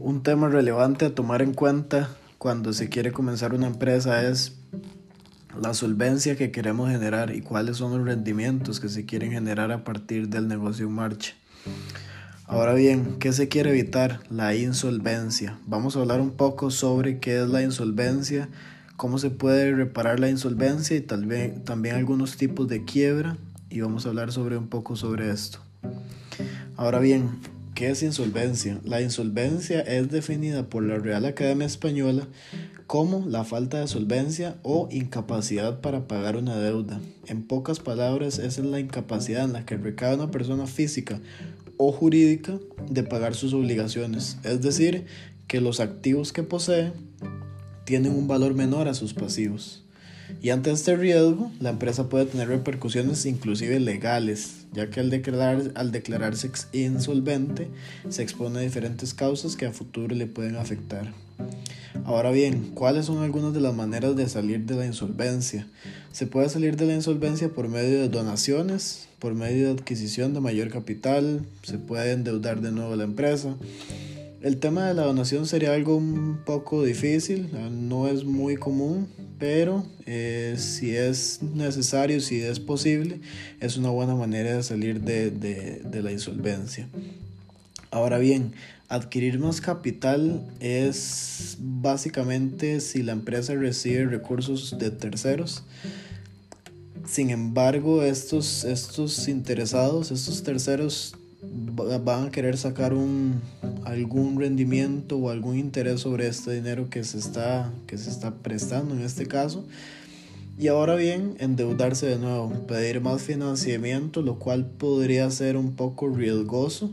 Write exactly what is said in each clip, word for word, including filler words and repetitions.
Un tema relevante a tomar en cuenta cuando se quiere comenzar una empresa es la solvencia que queremos generar y cuáles son los rendimientos que se quieren generar a partir del negocio en marcha. Ahora bien, ¿qué se quiere evitar? La insolvencia. Vamos a hablar un poco sobre qué es la insolvencia, cómo se puede reparar la insolvencia y tal vez, también algunos tipos de quiebra, y vamos a hablar sobre un poco sobre esto. Ahora bien, ¿qué es insolvencia? La insolvencia es definida por la Real Academia Española como la falta de solvencia o incapacidad para pagar una deuda. En pocas palabras, esa es la incapacidad en la que recae una persona física o jurídica de pagar sus obligaciones, es decir, que los activos que posee tienen un valor menor a sus pasivos. Y ante este riesgo, la empresa puede tener repercusiones inclusive legales, ya que al, declarar, al declararse insolvente se expone a diferentes causas que a futuro le pueden afectar. Ahora bien, ¿cuáles son algunas de las maneras de salir de la insolvencia? Se puede salir de la insolvencia por medio de donaciones, por medio de adquisición de mayor capital, se puede endeudar de nuevo la empresa. El tema de la donación sería algo un poco difícil, no es muy común, pero eh, si es necesario, si es posible, es una buena manera de salir de, de, de la insolvencia. Ahora bien, adquirir más capital es básicamente si la empresa recibe recursos de terceros. Sin embargo, estos, estos interesados, estos terceros van a querer sacar un, algún rendimiento o algún interés sobre este dinero que se está, que se está prestando en este caso. Y ahora bien, endeudarse de nuevo, pedir más financiamiento, lo cual podría ser un poco riesgoso,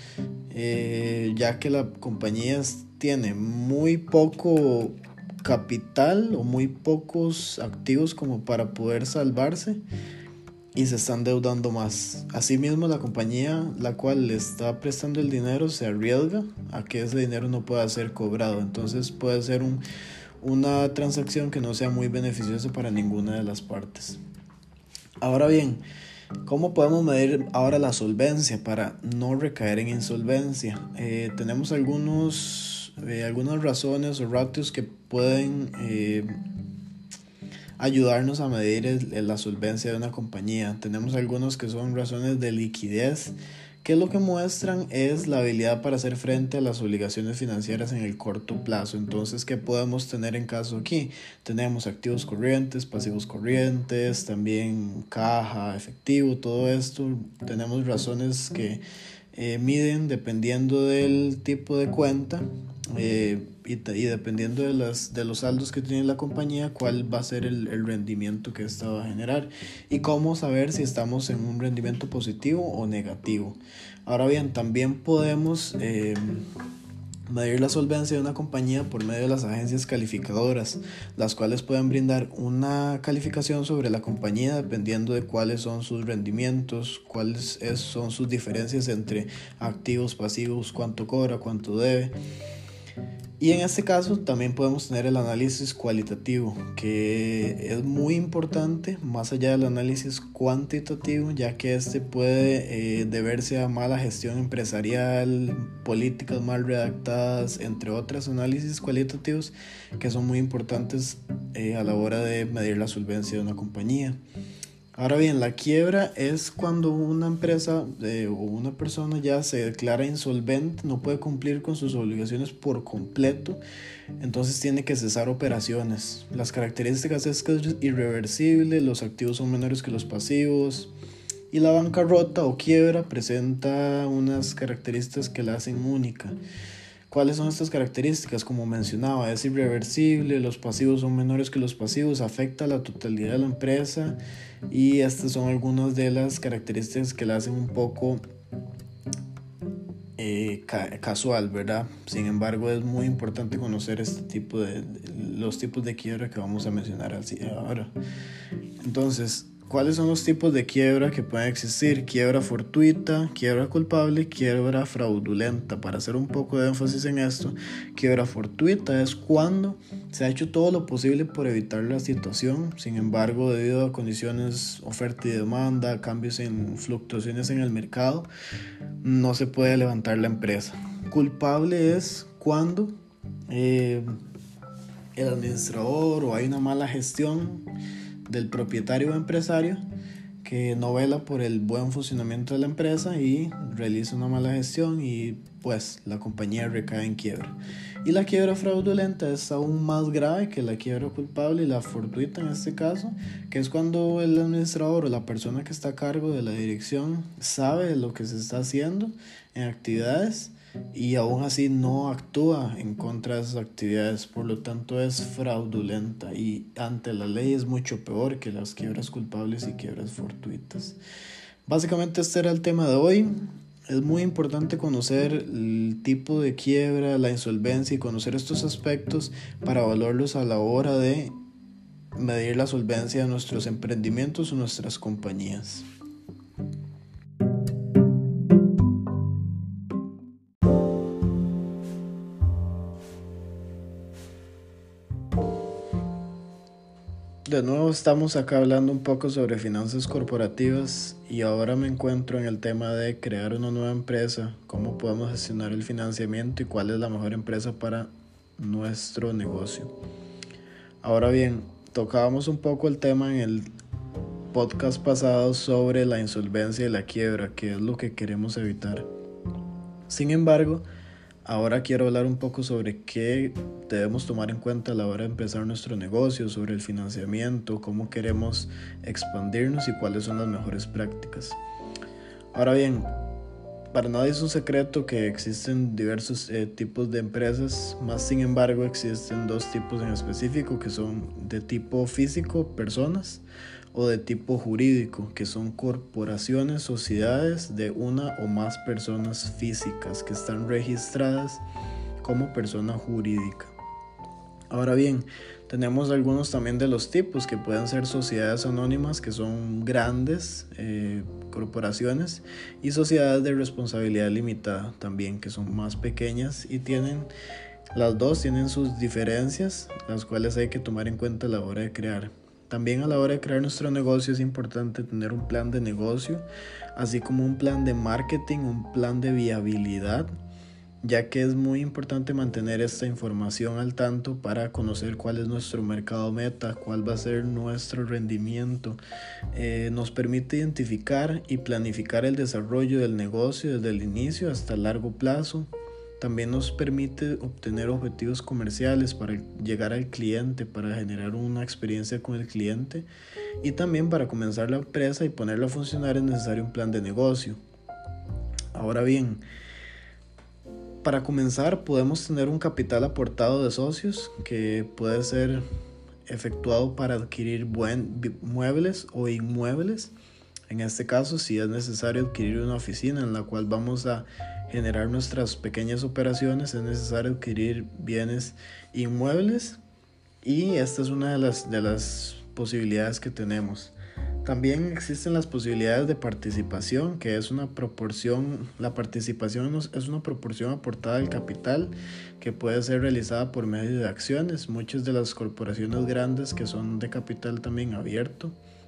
eh, ya que la compañía tiene muy poco capital o muy pocos activos como para poder salvarse y se están endeudando más. Asimismo, la compañía la cual le está prestando el dinero se arriesga a que ese dinero no pueda ser cobrado, entonces puede ser un, una transacción que no sea muy beneficiosa para ninguna de las partes. Ahora bien, ¿cómo podemos medir ahora la solvencia para no recaer en insolvencia? Eh, tenemos algunos, eh, algunas razones o ratios que pueden eh, ayudarnos a medir el, la solvencia de una compañía. Tenemos algunos que son razones de liquidez, que lo que muestran es la habilidad para hacer frente a las obligaciones financieras en el corto plazo. Entonces, ¿qué podemos tener en caso aquí? Tenemos activos corrientes, pasivos corrientes, también caja, efectivo, todo esto. Tenemos razones que eh, miden dependiendo del tipo de cuenta eh, y, y dependiendo de, las, de los saldos que tiene la compañía, cuál va a ser el, el rendimiento que esta va a generar y cómo saber si estamos en un rendimiento positivo o negativo. Ahora bien, también podemos eh, medir la solvencia de una compañía por medio de las agencias calificadoras, las cuales pueden brindar una calificación sobre la compañía dependiendo de cuáles son sus rendimientos, cuáles es, son sus diferencias entre activos, pasivos, cuánto cobra, cuánto debe. Y en este caso también podemos tener el análisis cualitativo, que es muy importante más allá del análisis cuantitativo, ya que este puede eh, deberse a mala gestión empresarial, políticas mal redactadas, entre otros análisis cualitativos que son muy importantes eh, a la hora de medir la solvencia de una compañía. Ahora bien, la quiebra es cuando una empresa eh, o una persona ya se declara insolvente, no puede cumplir con sus obligaciones por completo, entonces tiene que cesar operaciones. Las características es que es irreversible, los activos son menores que los pasivos y la bancarrota o quiebra presenta unas características que la hacen única. ¿Cuáles son estas características? Como mencionaba, es irreversible, los pasivos son menores que los pasivos, afecta a la totalidad de la empresa y estas son algunas de las características que la hacen un poco eh, ca- casual, ¿verdad? Sin embargo, es muy importante conocer este tipo de, de los tipos de quiebra que vamos a mencionar así ahora. Entonces, ¿cuáles son los tipos de quiebra que pueden existir? Quiebra fortuita, quiebra culpable, quiebra fraudulenta. Para hacer un poco de énfasis en esto, quiebra fortuita es cuando se ha hecho todo lo posible por evitar la situación, sin embargo, debido a condiciones oferta y demanda, cambios en fluctuaciones en el mercado, no se puede levantar la empresa. Culpable es cuando eh, el administrador o hay una mala gestión del propietario o empresario que no vela por el buen funcionamiento de la empresa y realiza una mala gestión y pues la compañía recae en quiebra. Y la quiebra fraudulenta es aún más grave que la quiebra culpable y la fortuita en este caso, que es cuando el administrador o la persona que está a cargo de la dirección sabe de lo que se está haciendo en actividades y aún así no actúa en contra de esas actividades, por lo tanto es fraudulenta y ante la ley es mucho peor que las quiebras culpables y quiebras fortuitas. Básicamente este era el tema de hoy. Es muy importante conocer el tipo de quiebra, la insolvencia y conocer estos aspectos para evaluarlos a la hora de medir la solvencia de nuestros emprendimientos o nuestras compañías. De nuevo estamos acá hablando un poco sobre finanzas corporativas y ahora me encuentro en el tema de crear una nueva empresa, cómo podemos gestionar el financiamiento y cuál es la mejor empresa para nuestro negocio. Ahora bien, tocábamos un poco el tema en el podcast pasado sobre la insolvencia y la quiebra, que es lo que queremos evitar. Sin embargo, ahora quiero hablar un poco sobre qué debemos tomar en cuenta a la hora de empezar nuestro negocio, sobre el financiamiento, cómo queremos expandirnos y cuáles son las mejores prácticas. Ahora bien, para nadie es un secreto que existen diversos eh, tipos de empresas, más sin embargo existen dos tipos en específico que son de tipo físico, personas, o de tipo jurídico, que son corporaciones, sociedades de una o más personas físicas que están registradas como persona jurídica. Ahora bien, tenemos algunos también de los tipos que pueden ser sociedades anónimas, que son grandes eh, corporaciones, y sociedades de responsabilidad limitada también, que son más pequeñas y tienen, las dos tienen sus diferencias, las cuales hay que tomar en cuenta a la hora de crear. También a la hora de crear nuestro negocio es importante tener un plan de negocio, así como un plan de marketing, un plan de viabilidad, ya que es muy importante mantener esta información al tanto para conocer cuál es nuestro mercado meta, cuál va a ser nuestro rendimiento. Eh, nos permite identificar y planificar el desarrollo del negocio desde el inicio hasta el largo plazo. También nos permite obtener objetivos comerciales para llegar al cliente, para generar una experiencia con el cliente, y también para comenzar la empresa y ponerla a funcionar es necesario un plan de negocio. Ahora bien, para comenzar podemos tener un capital aportado de socios que puede ser efectuado para adquirir buen, muebles o inmuebles. En este caso, si es necesario adquirir una oficina en la cual vamos a generar nuestras pequeñas operaciones, es necesario adquirir bienes inmuebles y esta es una de las, de las posibilidades que tenemos. También existen las posibilidades de participación, que es una proporción, la participación es una proporción aportada del capital que puede ser realizada por medio de acciones. Muchas de las corporaciones grandes que son de capital también abierto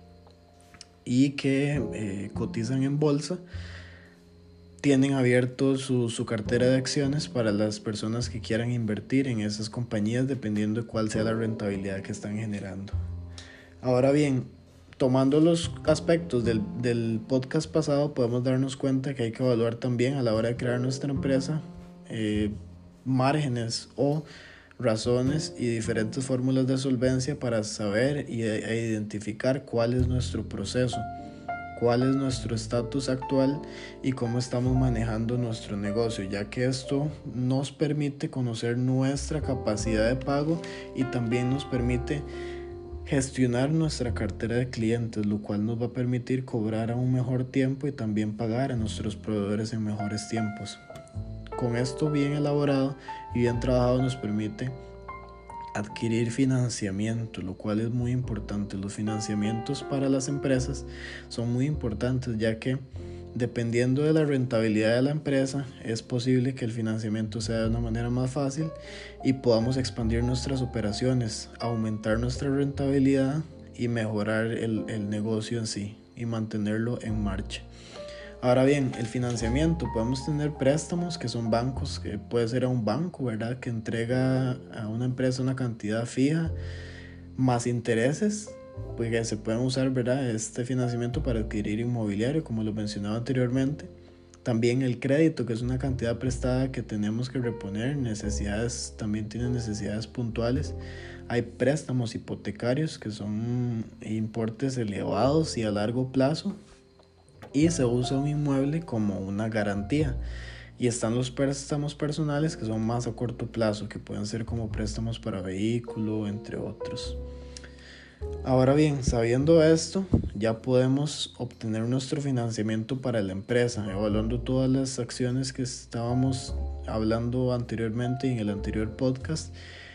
y que eh, cotizan en bolsa, tienen abierto su, su cartera de acciones para las personas que quieran invertir en esas compañías dependiendo de cuál sea la rentabilidad que están generando. Ahora bien, tomando los aspectos del, del podcast pasado, podemos darnos cuenta que hay que evaluar también a la hora de crear nuestra empresa eh, márgenes o razones y diferentes fórmulas de solvencia para saber y, e identificar cuál es nuestro proceso, cuál es nuestro estatus actual y cómo estamos manejando nuestro negocio, ya que esto nos permite conocer nuestra capacidad de pago y también nos permite gestionar nuestra cartera de clientes, lo cual nos va a permitir cobrar a un mejor tiempo y también pagar a nuestros proveedores en mejores tiempos. Con esto bien elaborado y bien trabajado nos permite adquirir financiamiento, lo cual es muy importante. Los financiamientos para las empresas son muy importantes, ya que dependiendo de la rentabilidad de la empresa es posible que el financiamiento sea de una manera más fácil y podamos expandir nuestras operaciones, aumentar nuestra rentabilidad y mejorar el, el negocio en sí y mantenerlo en marcha. Ahora bien, el financiamiento, podemos tener préstamos que son bancos, que puede ser a un banco, ¿verdad? Que entrega a una empresa una cantidad fija más intereses, porque se pueden usar, ¿verdad? Este financiamiento para adquirir inmobiliario, como lo mencionaba anteriormente. También el crédito, que es una cantidad prestada que tenemos que reponer, necesidades, también tienen necesidades puntuales. Hay préstamos hipotecarios, que son importes elevados y a largo plazo, y se usa un inmueble como una garantía. Y están los préstamos personales, que son más a corto plazo, que pueden ser como préstamos para vehículo, entre otros. Ahora bien, sabiendo esto, ya podemos obtener nuestro financiamiento para la empresa, evaluando todas las acciones que estábamos hablando anteriormente en el anterior podcast.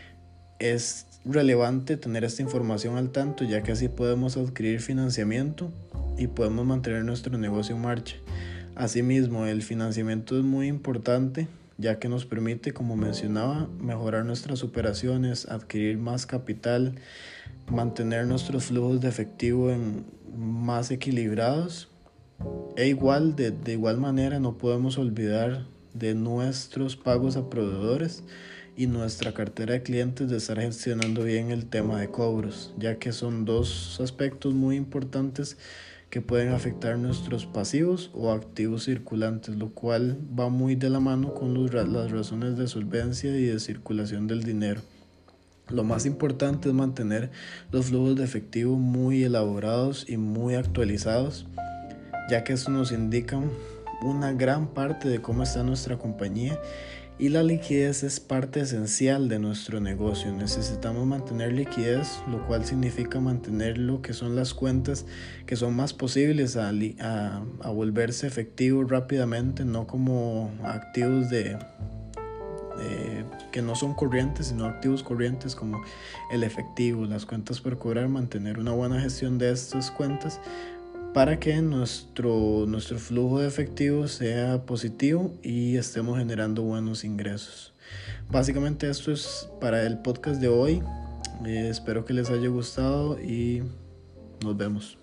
Es relevante tener esta información al tanto, ya que así podemos adquirir financiamiento y podemos mantener nuestro negocio en marcha. Asimismo, el financiamiento es muy importante, ya que nos permite, como mencionaba, mejorar nuestras operaciones, adquirir más capital, mantener nuestros flujos de efectivo en más equilibrados, e igual de, de igual manera no podemos olvidar de nuestros pagos a proveedores y nuestra cartera de clientes, de estar gestionando bien el tema de cobros, ya que son dos aspectos muy importantes que pueden afectar nuestros pasivos o activos circulantes, lo cual va muy de la mano con los, las razones de solvencia y de circulación del dinero. Lo más importante es mantener los flujos de efectivo muy elaborados y muy actualizados, ya que eso nos indica una gran parte de cómo está nuestra compañía, y la liquidez es parte esencial de nuestro negocio. Necesitamos mantener liquidez, lo cual significa mantener lo que son las cuentas que son más posibles a, a, a volverse efectivos rápidamente, no como activos de Eh, que no son corrientes, sino activos corrientes como el efectivo, las cuentas por cobrar. Mantener una buena gestión de estas cuentas para que nuestro, nuestro flujo de efectivo sea positivo y estemos generando buenos ingresos. Básicamente esto es para el podcast de hoy. Eh, espero que les haya gustado y nos vemos.